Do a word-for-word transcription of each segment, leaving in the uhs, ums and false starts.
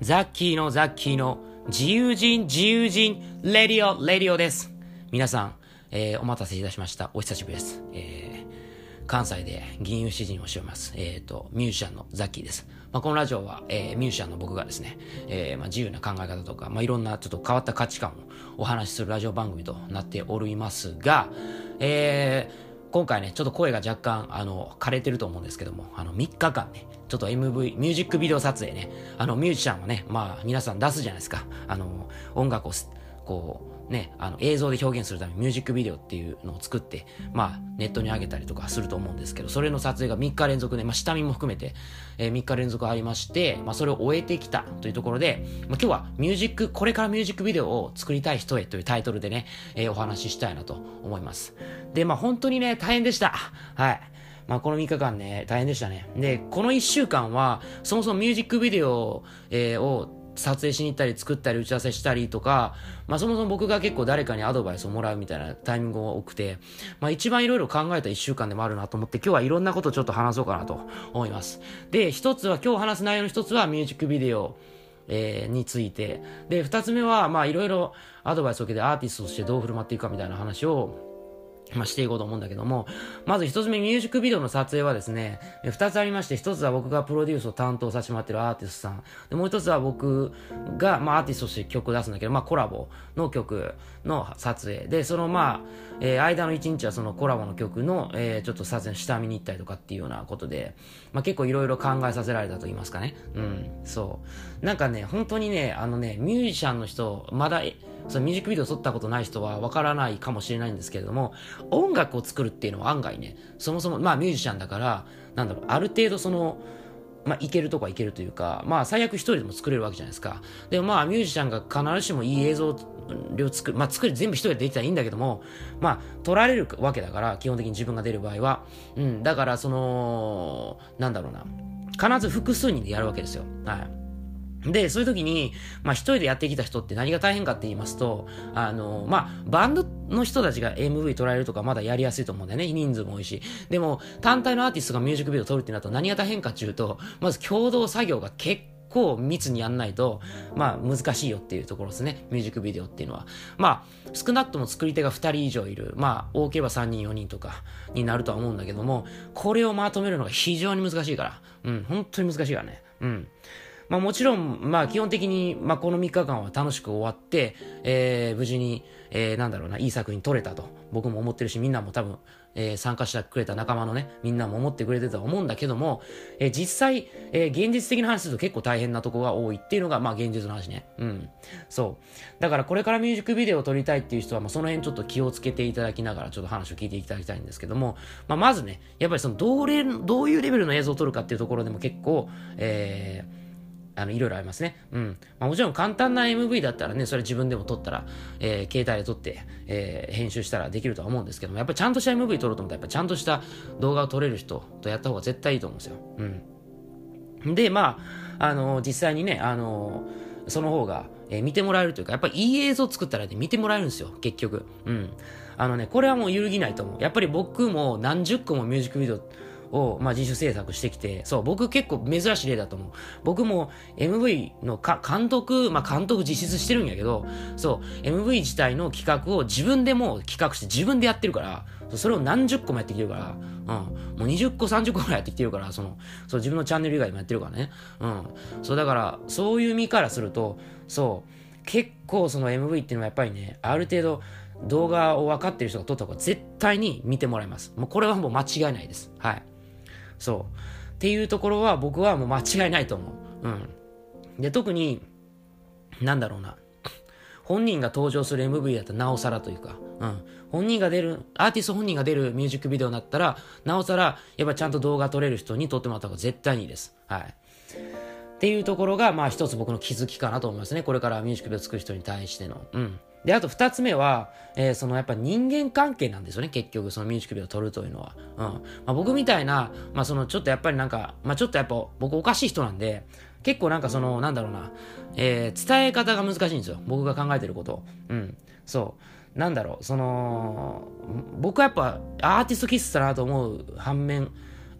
ザッキーのザッキーの自由人自由人レディオレディオです。皆さん、えー、お待たせいたしました。お久しぶりです。えー、関西で吟遊詩人をしております。えっ、ー、と、ミュージシャンのザッキーです。まあ、このラジオは、えー、ミュージシャンの僕がですね、えー、まあ、自由な考え方とか、まあ、いろんなちょっと変わった価値観をお話しするラジオ番組となっておりますが、えー、今回ね、ちょっと声が若干、あの、枯れてると思うんですけども、あの、みっかかんね、ちょっと エムブイ、ミュージックビデオ撮影ね、あの、ミュージシャンはね、まあ、皆さん出すじゃないですか。あの、音楽を、こう、ね、あの、映像で表現するためにミュージックビデオっていうのを作って、まあ、ネットに上げたりとかすると思うんですけど、それの撮影がみっか連続ね、まあ、下見も含めて、えー、みっか連続ありまして、まあ、それを終えてきたというところで、まあ、今日はミュージック、これからミュージックビデオを作りたい人へというタイトルでね、えー、お話ししたいなと思います。で、まあ、本当にね、大変でした。はい。まあ、このみっかかんね、大変でしたね。で、このいっしゅうかんは、そもそもミュージックビデオ、えー、を撮影しに行ったり、作ったり、打ち合わせしたりとか、まあ、そもそも僕が結構誰かにアドバイスをもらうみたいなタイミングが多くて、まあ、一番いろいろ考えたいっしゅうかんでもあるなと思って、今日はいろんなことをちょっと話そうかなと思います。で、一つは、今日話す内容の一つは、ミュージックビデオ、えー、について。で、二つ目は、まあ、いろいろアドバイスを受けてアーティストとしてどう振る舞っていくかみたいな話を、まあ、していこうと思うんだけども、まず一つ目、ミュージックビデオの撮影はですね、二つありまして、一つは僕がプロデュースを担当させてもらってるアーティストさん。で、もう一つは僕が、まあ、アーティストとして曲を出すんだけど、まあ、コラボの曲の撮影。で、その、まあ、えー、間の一日はそのコラボの曲の、えー、ちょっと撮影の下見に行ったりとかっていうようなことで、まあ、結構いろいろ考えさせられたと言いますかね。うん、そう。なんかね、本当にね、あのね、ミュージシャンの人、まだ、そのミュージックビデオを撮ったことない人はわからないかもしれないんですけれども、音楽を作るっていうのは案外ね、そもそも、まあミュージシャンだから、なんだろう、ある程度その、まあいけるとこはいけるというか、まあ最悪一人でも作れるわけじゃないですか。でもまあミュージシャンが必ずしもいい映像を作る、まあ作る、全部一人でできたらいいんだけども、まあ撮られるわけだから、基本的に自分が出る場合は。うん、だからその、なんだろうな、必ず複数人でやるわけですよ。はい。で、そういう時に、まあ一人でやってきた人って何が大変かって言いますと、あの、まあバンドの人たちが エムブイ 撮られるとかまだやりやすいと思うんだよね。人数も多いし。でも、単体のアーティストがミュージックビデオを撮るってなると何が大変かっていうと、まず共同作業が結構密にやんないと、まあ難しいよっていうところですね。ミュージックビデオっていうのは。まあ、少なくとも作り手がふたり以上いる。まあ、多ければさんにんよにんとかになるとは思うんだけども、これをまとめるのが非常に難しいから。うん、本当に難しいからね。うん。まあもちろん、まあ基本的に、まあこのみっかかんは楽しく終わって、えー、無事に、えー、なんだろうな、いい作品撮れたと、僕も思ってるし、みんなも多分、えー、参加してくれた仲間のね、みんなも思ってくれてたと思うんだけども、えー、実際、えー、現実的な話すると結構大変なとこが多いっていうのが、まあ現実の話ね。うん。そう。だからこれからミュージックビデオを撮りたいっていう人は、まあその辺ちょっと気をつけていただきながら、ちょっと話を聞いていただきたいんですけども、まあまずね、やっぱりその、どうれ、どういうレベルの映像を撮るかっていうところでも結構、えー、あの、いろいろありますね。うん。まあもちろん簡単な エムブイ だったらね、それ自分でも撮ったら、えー、携帯で撮って、えー、編集したらできるとは思うんですけども、やっぱりちゃんとした エムブイ 撮ろうと思ったら、やっぱちゃんとした動画を撮れる人とやった方が絶対いいと思うんですよ。うん。で、まあ、あのー、実際にね、あのー、その方が、えー、見てもらえるというか、やっぱりいい映像作ったらね、見てもらえるんですよ、結局。うん。あのね、これはもう揺るぎないと思う。やっぱり僕も何十個もミュージックビデオ、を、まあ、自主制作してきて、そう、僕結構珍しい例だと思う。僕も エムブイ のか監督、まあ、監督実質してるんやけど、そう、エムブイ 自体の企画を自分でも企画して自分でやってるから、それを何十個もやってきてるから、うん、もうにじゅっこ、さんじゅっこくらいやってきてるから、その、そう、自分のチャンネル以外でもやってるからね。うん。そう、だから、そういう身からすると、そう、結構その エムブイ っていうのはやっぱりね、ある程度、動画を分かってる人が撮った方が絶対に見てもらいます。もうこれはもう間違いないです。はい。そう。っていうところは僕はもう間違いないと思う。うん。で、特に、なんだろうな。本人が登場する エムブイ だったらなおさらというか、うん。本人が出る、アーティスト本人が出るミュージックビデオになったら、なおさら、やっぱちゃんと動画撮れる人に撮ってもらった方が絶対にいいです。はい。っていうところが、まあ一つ僕の気づきかなと思いますね。これからミュージックビデオ作る人に対しての。うん。で、あと二つ目は、えー、そのやっぱ人間関係なんですよね、結局、そのミュージックビデオを撮るというのは。うん。まあ僕みたいな、まあそのちょっとやっぱりなんか、まあちょっとやっぱ僕おかしい人なんで、結構なんかその、なんだろうな、えー、伝え方が難しいんですよ。僕が考えてることを。うん。そう。なんだろう、その、僕はやっぱアーティスト気質だなと思う反面、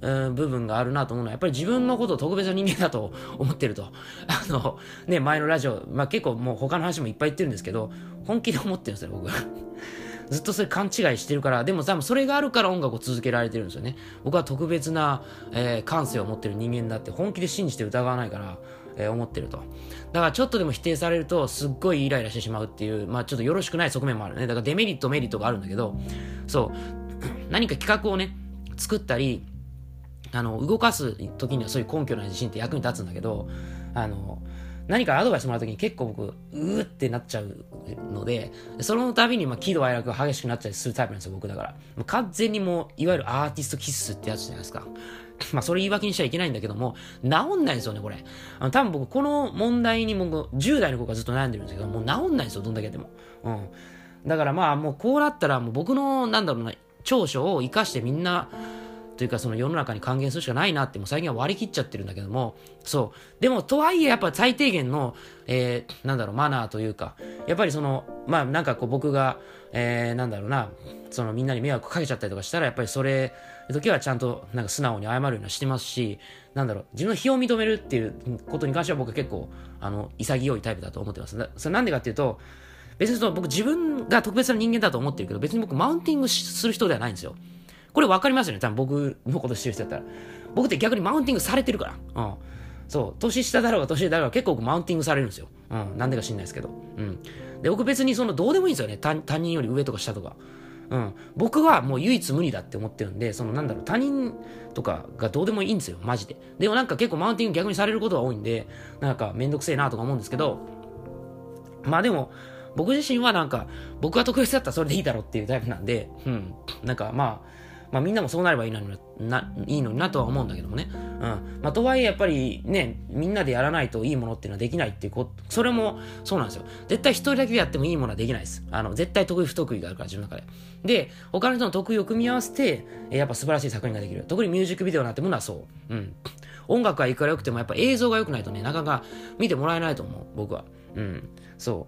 うん、部分があるなと思うのは、やっぱり自分のことを特別な人間だと思ってると。あの、ね、前のラジオ、まあ、結構もう他の話もいっぱい言ってるんですけど、本気で思ってるんですよ、僕は。ずっとそれ勘違いしてるから、でも多分それがあるから音楽を続けられてるんですよね。僕は特別な、えー、感性を持ってる人間だって本気で信じて疑わないから、えー、思ってると。だからちょっとでも否定されるとすっごいイライラしてしまうっていう、まあちょっとよろしくない側面もあるね。だからデメリットメリットがあるんだけど、そう、何か企画をね、作ったり、あの、動かす時にはそういう根拠の自信って役に立つんだけど、あの、何かアドバイスもらう時に結構僕、うーってなっちゃうので、その度にまあ喜怒哀楽が激しくなっちゃうするタイプなんですよ、僕だから。もう完全にもう、いわゆるアーティスト気質ってやつじゃないですか。まあそれ言い訳にしちゃいけないんだけども、治んないんですよね、これ。あの多分僕、この問題にもじゅう代の子がずっと悩んでるんですけど、もう治んないんですよ、どんだけやっても。うん。だからまあもうこうなったら、もう僕の、なんだろうな、長所を生かしてみんな、というかその世の中に還元するしかないなってもう最近は割り切っちゃってるんだけども、そう。でもとはいえやっぱ最低限の、えー、なんだろう、マナーというか、やっぱりその、まあなんかこう僕が、えー、なんだろうな、そのみんなに迷惑かけちゃったりとかしたら、やっぱりそれ、時はちゃんとなんか素直に謝るようにはしてますし、なんだろう、自分の非を認めるっていうことに関しては僕は結構、あの、潔いタイプだと思ってます。それなんでかっていうと、別にその僕自分が特別な人間だと思ってるけど、別に僕マウンティングする人ではないんですよ。これ分かりますよね、多分僕のことしてる人だったら。僕って逆にマウンティングされてるから。うん。そう。年下だろうが年上だろうが結構僕マウンティングされるんですよ。うん。なんでか知んないですけど。うん。で、僕別にそのどうでもいいんですよね。他, 他人より上とか下とか。うん。僕はもう唯一無二だって思ってるんで、そのなんだろう、他人とかがどうでもいいんですよ、マジで。でもなんか結構マウンティング逆にされることが多いんで、なんかめんどくせえなとか思うんですけど、まあでも、僕自身はなんか、僕が特別だったらそれでいいだろうっていうタイプなんで、うん。なんかまあ、まあみんなもそうなればいいのにな、いいのになとは思うんだけどもね。うん。まあとはいえやっぱりね、みんなでやらないといいものっていうのはできないっていうこと、それもそうなんですよ。絶対一人だけでやってもいいものはできないです。あの、絶対得意不得意があるから自分の中で。で、他の人の得意を組み合わせて、やっぱ素晴らしい作品ができる。特にミュージックビデオなんてものはそう。うん。音楽がいくら良くてもやっぱ映像が良くないとね、なかなか見てもらえないと思う、僕は。うん。そう。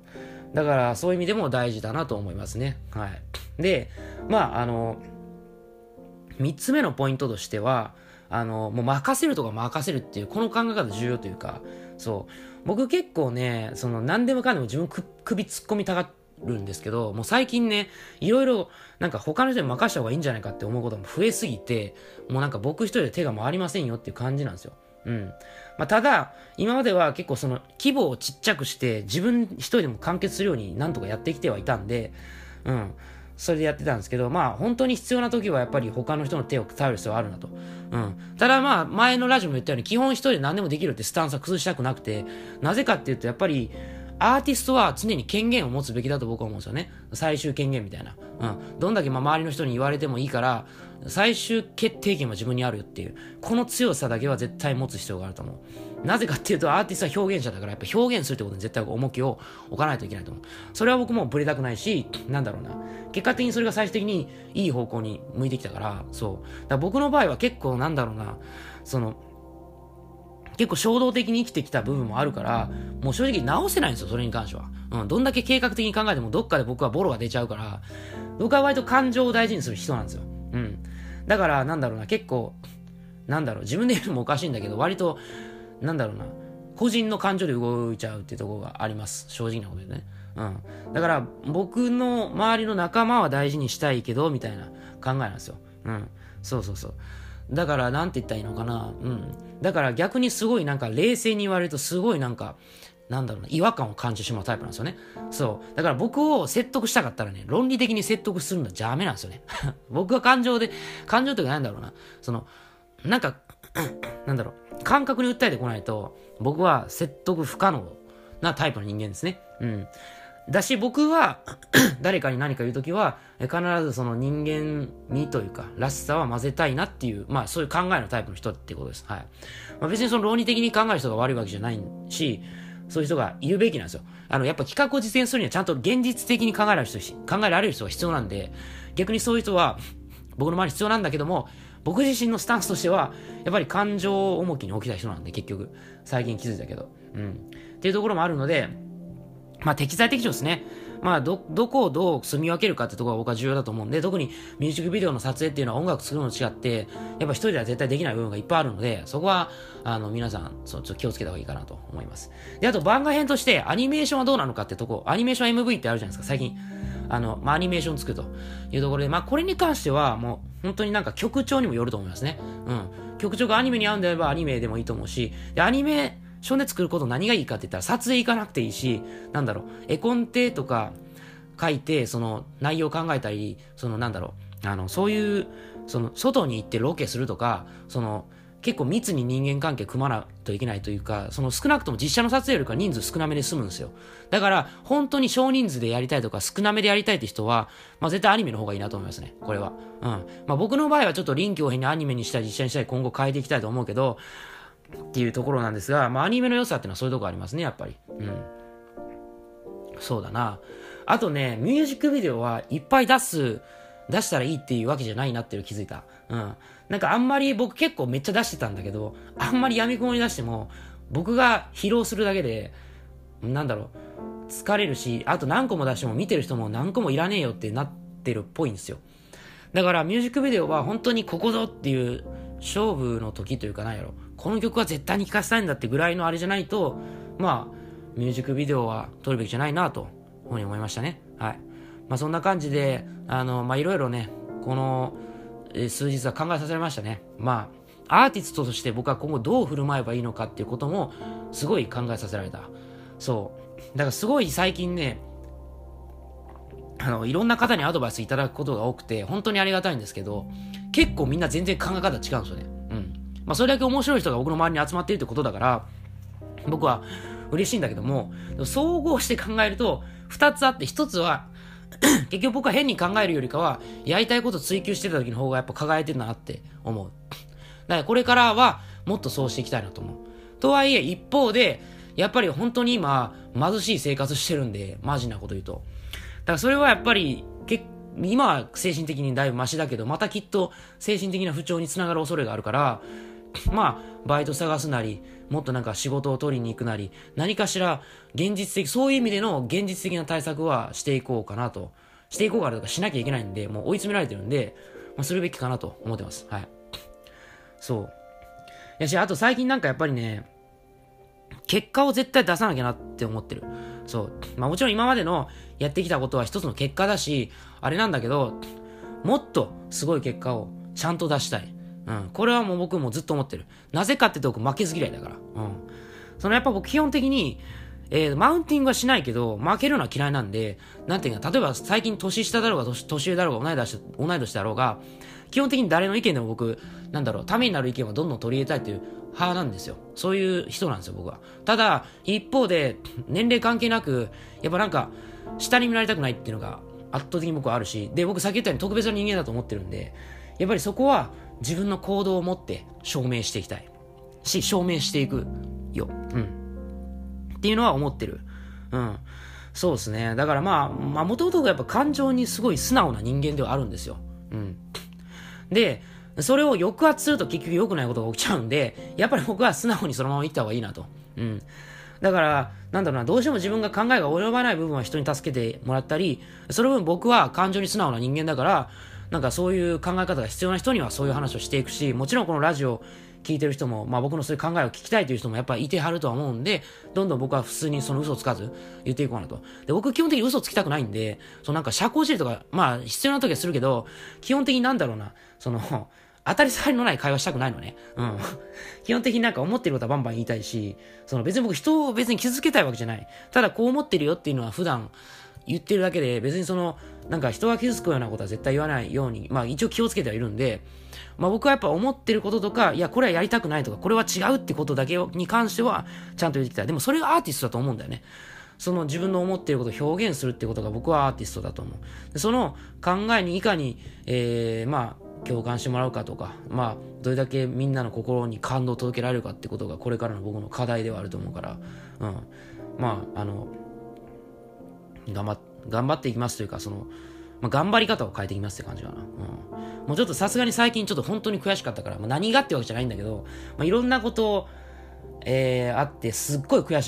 だからそういう意味でも大事だなと思いますね。はい。で、まあ、あの、三つ目のポイントとしては、あの、もう任せるとか任せるっていう、この考え方重要というか、そう。僕結構ね、その何でもかんでも自分く首突っ込みたがるんですけど、もう最近ね、いろいろなんか他の人に任した方がいいんじゃないかって思うことも増えすぎて、もうなんか僕一人で手が回りませんよっていう感じなんですよ。うん。まあ、ただ、今までは結構その規模をちっちゃくして自分一人でも完結するようになんとかやってきてはいたんで、うん。それでやってたんですけど、まあ本当に必要な時はやっぱり他の人の手を頼る必要があるなと。うん。ただまあ前のラジオも言ったように基本一人で何でもできるってスタンスは崩したくなくて、なぜかっていうとやっぱりアーティストは常に権限を持つべきだと僕は思うんですよね。最終権限みたいな。うん。どんだけまあ周りの人に言われてもいいから、最終決定権は自分にあるよっていう、この強さだけは絶対持つ必要があると思う。なぜかっていうとアーティストは表現者だからやっぱ表現するってことに絶対重きを置かないといけないと思う。それは僕もブレたくないし、なんだろうな。結果的にそれが最終的にいい方向に向いてきたから、そう。だから僕の場合は結構なんだろうな、その、結構衝動的に生きてきた部分もあるから、もう正直直せないんですよ、それに関しては。うん、どんだけ計画的に考えてもどっかで僕はボロが出ちゃうから、僕は割と感情を大事にする人なんですよ。うん。だから、なんだろうな、結構、なんだろう、自分で言うのもおかしいんだけど、割と、なんだろうな、個人の感情で動いちゃうっていうところがあります。正直なことでね。うん。だから、僕の周りの仲間は大事にしたいけど、みたいな考えなんですよ。うん。そうそうそう。だから、なんて言ったらいいのかな。うん。だから逆にすごいなんか冷静に言われるとすごいなんか、なんだろうな、違和感を感じてしまうタイプなんですよね。そう。だから僕を説得したかったらね、論理的に説得するのはダメなんですよね。僕が感情で、感情というかなんだろうな、その、なんか、なんだろう、感覚に訴えてこないと、僕は説得不可能なタイプの人間ですね。うん。だし僕は誰かに何か言うときは必ずその人間味というからしさは混ぜたいなっていう、まあそういう考えのタイプの人っていうことです。はい。まあ、別にその論理的に考える人が悪いわけじゃないし、そういう人がいるべきなんですよ。あの、やっぱ企画を実現するにはちゃんと現実的に考えられる人、考えられる人が必要なんで、逆にそういう人は僕の周り必要なんだけども、僕自身のスタンスとしては、やっぱり感情を重きに置きたい人なんで、結局。最近気づいたけど。うん。っていうところもあるので、まあ適材適所ですね。 まあ、ど、どこをどう住み分けるかってところが僕は重要だと思うんで、特にミュージックビデオの撮影っていうのは音楽作るのと違って、やっぱ一人では絶対できない部分がいっぱいあるので、そこは、あの、皆さん、そう、ちょっと気をつけた方がいいかなと思います。で、あと番外編として、アニメーションはどうなのかってとこ、アニメーション エムブイ ってあるじゃないですか、最近。あの、まあ、アニメーション作るというところで、まあ、これに関しては、もう、本当になんか曲調にもよると思いますね。うん。曲調がアニメに合うんであればアニメでもいいと思うし、で、アニメーションで作ること何がいいかって言ったら、撮影行かなくていいし、なんだろう、絵コンテとか書いて、その内容を考えたり、そのなんだろう、あの、そういう、その、外に行ってロケするとか、その、結構密に人間関係組まないといけないというか、その少なくとも実写の撮影よりか人数少なめで済むんですよ。だから、本当に少人数でやりたいとか、少なめでやりたいって人は、まあ絶対アニメの方がいいなと思いますね。これは。うん。まあ僕の場合はちょっと臨機応変にアニメにしたり実写にしたり今後変えていきたいと思うけど、っていうところなんですが、まあアニメの良さっていうのはそういうところありますね、やっぱり。うん。そうだな。あとね、ミュージックビデオはいっぱい出す、出したらいいっていうわけじゃないなっていうの気づいた。うん。なんかあんまり僕結構めっちゃ出してたんだけど、あんまり闇雲に出しても、僕が疲労するだけで、なんだろう、疲れるし、あと何個も出しても見てる人も何個もいらねえよってなってるっぽいんですよ。だからミュージックビデオは本当にここぞっていう勝負の時というかなんやろ、この曲は絶対に聴かせたいんだってぐらいのあれじゃないと、まあ、ミュージックビデオは撮るべきじゃないなと、ふうに思いましたね。はい。まあそんな感じで、あの、まあいろいろね、この、えー、数日は考えさせられましたね。まあ、アーティストとして僕は今後どう振る舞えばいいのかっていうことも、すごい考えさせられた。そう。だからすごい最近ね、あの、いろんな方にアドバイスいただくことが多くて、本当にありがたいんですけど、結構みんな全然考え方違うんですよね。うん。まあそれだけ面白い人が僕の周りに集まっているってことだから、僕は嬉しいんだけども、総合して考えると、二つあって、一つは、結局僕は変に考えるよりかは、やりたいことを追求してた時の方がやっぱ輝いてるなって思う。だからこれからはもっとそうしていきたいなと思う。とはいえ一方で、やっぱり本当に今、貧しい生活してるんで、マジなこと言うと。だからそれはやっぱり、け今は精神的にだいぶマシだけど、またきっと精神的な不調につながる恐れがあるから、まあ、バイト探すなり、もっとなんか仕事を取りに行くなり、何かしら現実的、そういう意味での現実的な対策はしていこうかなと。していこうかなとかしなきゃいけないんで、もう追い詰められてるんで、まあ、するべきかなと思ってます。はい。そう。やし、あと最近なんかやっぱりね、結果を絶対出さなきゃなって思ってる。そう。まあもちろん今までのやってきたことは一つの結果だし、あれなんだけど、もっとすごい結果をちゃんと出したい。うん。これはもう僕もずっと思ってる。なぜかって言うと僕負けず嫌いだから。うん。そのやっぱ僕基本的に、えー、マウンティングはしないけど、負けるのは嫌いなんで、なんていうか、例えば最近年下だろうが年、年上だろうが同い年、同い年だろうが、基本的に誰の意見でも僕、なんだろう、ためになる意見はどんどん取り入れたいっていう派なんですよ。そういう人なんですよ、僕は。ただ、一方で、年齢関係なく、やっぱなんか、下に見られたくないっていうのが圧倒的に僕はあるし、で、僕さっき言ったように特別な人間だと思ってるんで、やっぱりそこは自分の行動を持って証明していきたい。し、証明していくよ。うん。っていうのは思ってる。うん。そうですね。だからまあ、まあ、もともとやっぱ感情にすごい素直な人間ではあるんですよ。うん。で、それを抑圧すると結局良くないことが起きちゃうんで、やっぱり僕は素直にそのまま生きた方がいいなと。うん。だから、なんだろうな、どうしても自分が考えが及ばない部分は人に助けてもらったり、その分僕は感情に素直な人間だから、なんかそういう考え方が必要な人にはそういう話をしていくし、もちろんこのラジオ聞いてる人も、まあ僕のそういう考えを聞きたいという人もやっぱりいてはるとは思うんで、どんどん僕は普通にその嘘をつかず言っていこうなと。で、僕基本的に嘘つきたくないんで、そのなんか社交辞令とか、まあ必要な時はするけど、基本的になんだろうな、その、当たり障りのない会話したくないのね。うん。基本的になんか思ってることはバンバン言いたいし、その別に僕人を別に傷つけたいわけじゃない。ただこう思ってるよっていうのは普段言ってるだけで、別にその、なんか人が傷つくようなことは絶対言わないように、まあ一応気をつけてはいるんで、まあ僕はやっぱ思ってることとか、いやこれはやりたくないとか、これは違うってことだけに関してはちゃんと言ってきたい。でもそれがアーティストだと思うんだよね。その自分の思っていることを表現するってことが僕はアーティストだと思う。その考えにいかに、えー、まあ、共感してもらうかとか、まあ、どれだけみんなの心に感動を届けられるかってことがこれからの僕の課題ではあると思うから、うん。まあ、あの、頑張っ、頑張っていきますというか、その、まあ、頑張り方を変えていきますって感じかな。うん。もうちょっとさすがに最近ちょっと本当に悔しかったから、まあ、何がってわけじゃないんだけど、まあ、いろんなことを、えー、あってすっごい悔しいのね。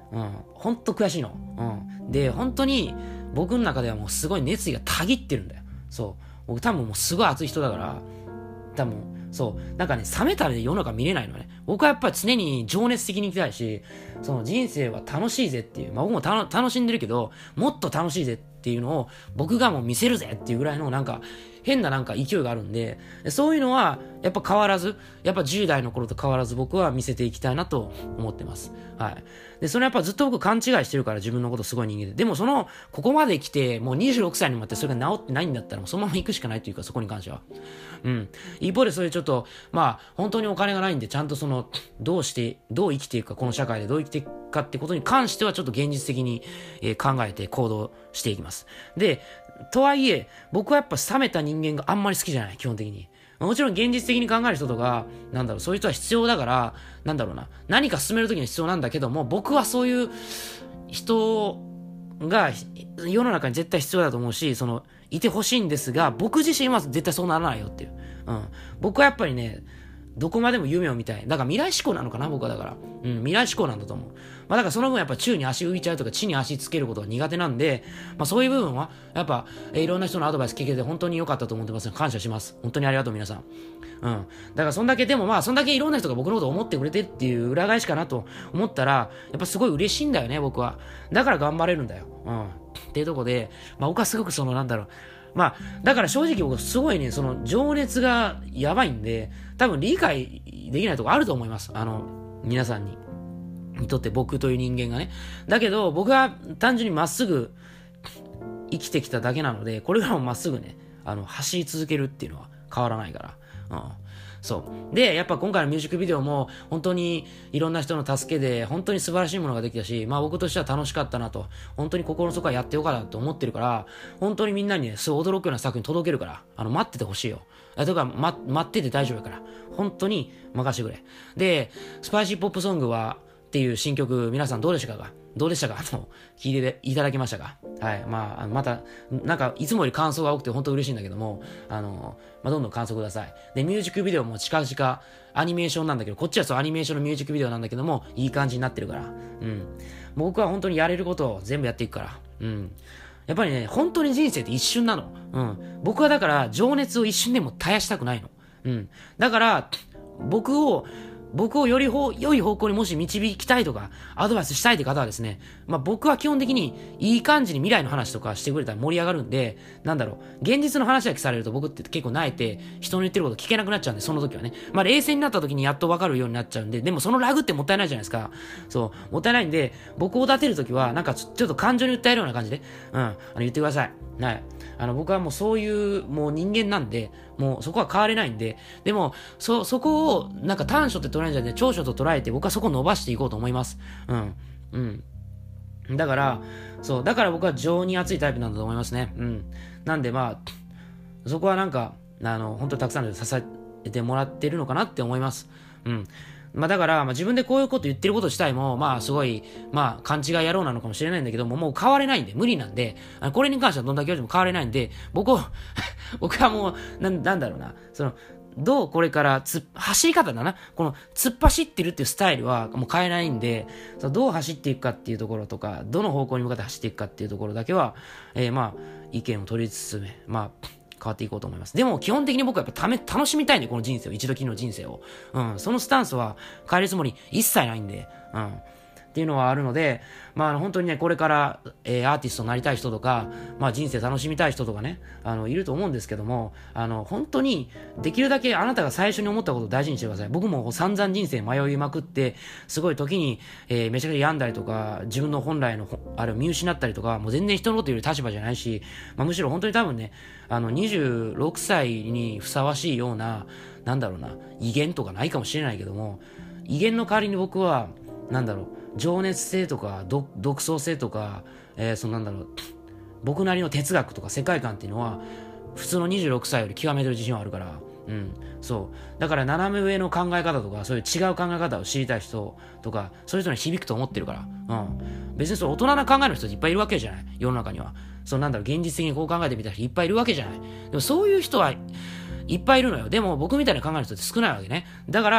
うん。ほんと悔しいの。うん。で、本当に僕の中ではもうすごい熱意がたぎってるんだよ。そう。僕多分もうすごい熱い人だから、多分、そう。なんかね、冷めたら世の中見れないのね。僕はやっぱり常に情熱的に生きたいし、その人生は楽しいぜっていう、まあ僕もたの楽しんでるけど、もっと楽しいぜっていうのを僕がもう見せるぜっていうぐらいのなんか、変ななんか勢いがあるんで、そういうのはやっぱ変わらず、やっぱじゅう代の頃と変わらず僕は見せていきたいなと思ってます。はい。で、それやっぱずっと僕勘違いしてるから自分のことすごい人間で。でもその、ここまで来て、もうにじゅうろくさいにもなってそれが治ってないんだったらもうそのまま行くしかないというか、そこに関しては。うん。一方でそういうちょっと、まあ、本当にお金がないんで、ちゃんとその、どうして、どう生きていくか、この社会でどう生きていくかってことに関してはちょっと現実的に、えー、考えて行動していきます。で、とはいえ、僕はやっぱ冷めた人間があんまり好きじゃない、基本的に。もちろん現実的に考える人とか、なんだろう、そういう人は必要だから、なんだろうな、何か進めるときに必要なんだけども、僕はそういう人が世の中に絶対必要だと思うし、その、いてほしいんですが、僕自身は絶対そうならないよっていう。うん。僕はやっぱりね、どこまでも夢を見たい。だから未来志向なのかな、僕はだから。うん、未来志向なんだと思う。まあだからその分やっぱ宙に足浮いちゃうとか地に足つけることが苦手なんで、まあそういう部分は、やっぱ、えー、いろんな人のアドバイス聞けて本当に良かったと思ってます。感謝します。本当にありがとう皆さん。うん。だからそんだけ、でもまあそんだけいろんな人が僕のことを思ってくれてっていう裏返しかなと思ったら、やっぱすごい嬉しいんだよね、僕は。だから頑張れるんだよ。うん。っていうとこで、まあ僕はすごくそのなんだろう、まあ、だから正直僕すごいね、その情熱がやばいんで、多分理解できないとこあると思います。あの、皆さんに。にとって僕という人間がね。だけど、僕は単純にまっすぐ生きてきただけなので、これからもまっすぐね、あの、走り続けるっていうのは変わらないから。うん。そう。で、やっぱ今回のミュージックビデオも、本当にいろんな人の助けで、本当に素晴らしいものができたし、まあ僕としては楽しかったなと、本当に心の底はやってよかったと思ってるから、本当にみんなにね、すごい驚くような作品届けるから、あの、待っててほしいよ。あ、とか、ま、待ってて大丈夫やから、本当に任してくれ。で、スパイシーポップソングは、っていう新曲、皆さんどうでしたかどうでしたかあの、聞いていただけましたかはい。まあ、また、なんか、いつもより感想が多くて本当嬉しいんだけども、あの、まあ、どんどん感想ください。で、ミュージックビデオも近々、アニメーションなんだけど、こっちはそうアニメーションのミュージックビデオなんだけども、いい感じになってるから。うん。僕は本当にやれることを全部やっていくから。うん。やっぱりね、本当に人生って一瞬なの。うん。僕はだから、情熱を一瞬でも絶やしたくないの。うん。だから、僕を、僕をよりほ良い方向にもし導きたいとか、アドバイスしたいって方はですね、まあ僕は基本的にいい感じに未来の話とかしてくれたら盛り上がるんで、なんだろう、現実の話だけされると僕って結構泣いて、人の言ってること聞けなくなっちゃうんで、その時はね。まあ冷静になった時にやっとわかるようになっちゃうんで、でもそのラグってもったいないじゃないですか。そう、もったいないんで、僕を立てる時は、なんかちょっと感情に訴えるような感じで、うん、あの言ってください。はい。あの、僕はもうそういう、もう人間なんで、もうそこは変われないんで、でも、そ、そこを、なんか短所って捉えるんじゃなくて、長所と捉えて、僕はそこを伸ばしていこうと思います。うん。うん。だから、そう、だから僕は情に熱いタイプなんだと思いますね。うん。なんでまあ、そこはなんか、あの、本当にたくさんの人支えてもらってるのかなって思います。うん。まあだから、まあ自分でこういうこと言ってること自体も、まあすごい、まあ勘違い野郎なのかもしれないんだけども、もう変われないんで、無理なんで、これに関してはどんだけ言われても変われないんで、僕を、僕はもう、な、なんだろうな、その、どうこれからつ、走り方だな。この、突っ走ってるっていうスタイルはもう変えないんで、そのどう走っていくかっていうところとか、どの方向に向かって走っていくかっていうところだけは、えー、まあ、意見を取りつつめ、まあ、変わっていこうと思います。でも基本的に僕はやっぱため、楽しみたいんで、この人生を、一度きりの人生を。うん、そのスタンスは変えるつもり一切ないんで、うん。っていうのはあるので、まあ本当にね、これから、えー、アーティストになりたい人とか、まあ人生楽しみたい人とかね、あの、いると思うんですけども、あの、本当に、できるだけあなたが最初に思ったことを大事にしてください。僕も散々人生迷いまくって、すごい時に、えー、めちゃくちゃ病んだりとか、自分の本来の、あれを見失ったりとか、もう全然人のこと言う立場じゃないし、まあむしろ本当に多分ね、あの、にじゅうろくさいにふさわしいような、なんだろうな、威厳とかないかもしれないけども、威厳の代わりに僕は、なんだろう、情熱性とか独創性とか、えー、そのなんだろう、僕なりの哲学とか世界観っていうのは普通のにじゅうろくさいより極めてる自信はあるから、うん、そうだから斜め上の考え方とかそういう違う考え方を知りたい人とかそういう人に響くと思ってるから、うん、別にそう大人な考えの人いっぱいいるわけじゃない世の中には。そうなんだろう、現実的にこう考えてみた人いっぱいいるわけじゃない。でもそういう人はいっぱいいるのよ。でも僕みたいな考える人って少ないわけね。だから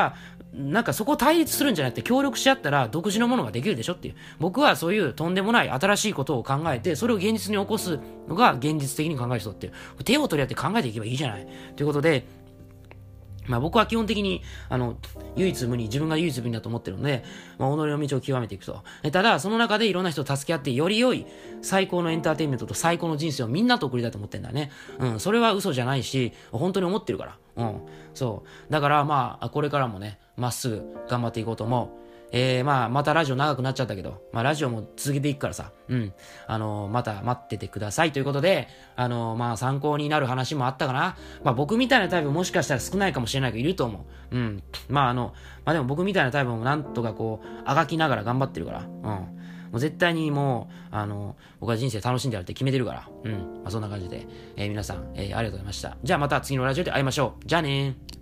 なんかそこを対立するんじゃなくて協力し合ったら独自のものができるでしょっていう。僕はそういうとんでもない新しいことを考えて、それを現実に起こすのが現実的に考える人っていう。手を取り合って考えていけばいいじゃない。ということで、まあ僕は基本的に、あの、唯一無二、自分が唯一無二だと思ってるので、まあ己の道を極めていくと。ただ、その中でいろんな人と助け合って、より良い最高のエンターテインメントと最高の人生をみんなと送りたいと思ってんだね。うん、それは嘘じゃないし、本当に思ってるから。うん、そう。だからまあ、これからもね、まっすぐ頑張っていこうと思う。えー、まあ、またラジオ長くなっちゃったけど、まあ、ラジオも続けていくからさ、うん。あのー、また待っててくださいということで、あのー、まあ、参考になる話もあったかな。まあ、僕みたいなタイプもしかしたら少ないかもしれないけど、いると思う。うん。まあ、あの、まあでも僕みたいなタイプもなんとかこう、あがきながら頑張ってるから、うん。もう絶対にもう、あの、僕は人生楽しんでやるって決めてるから、うん。まあ、そんな感じで、えー、皆さん、えー、ありがとうございました。じゃあまた次のラジオで会いましょう。じゃあねー。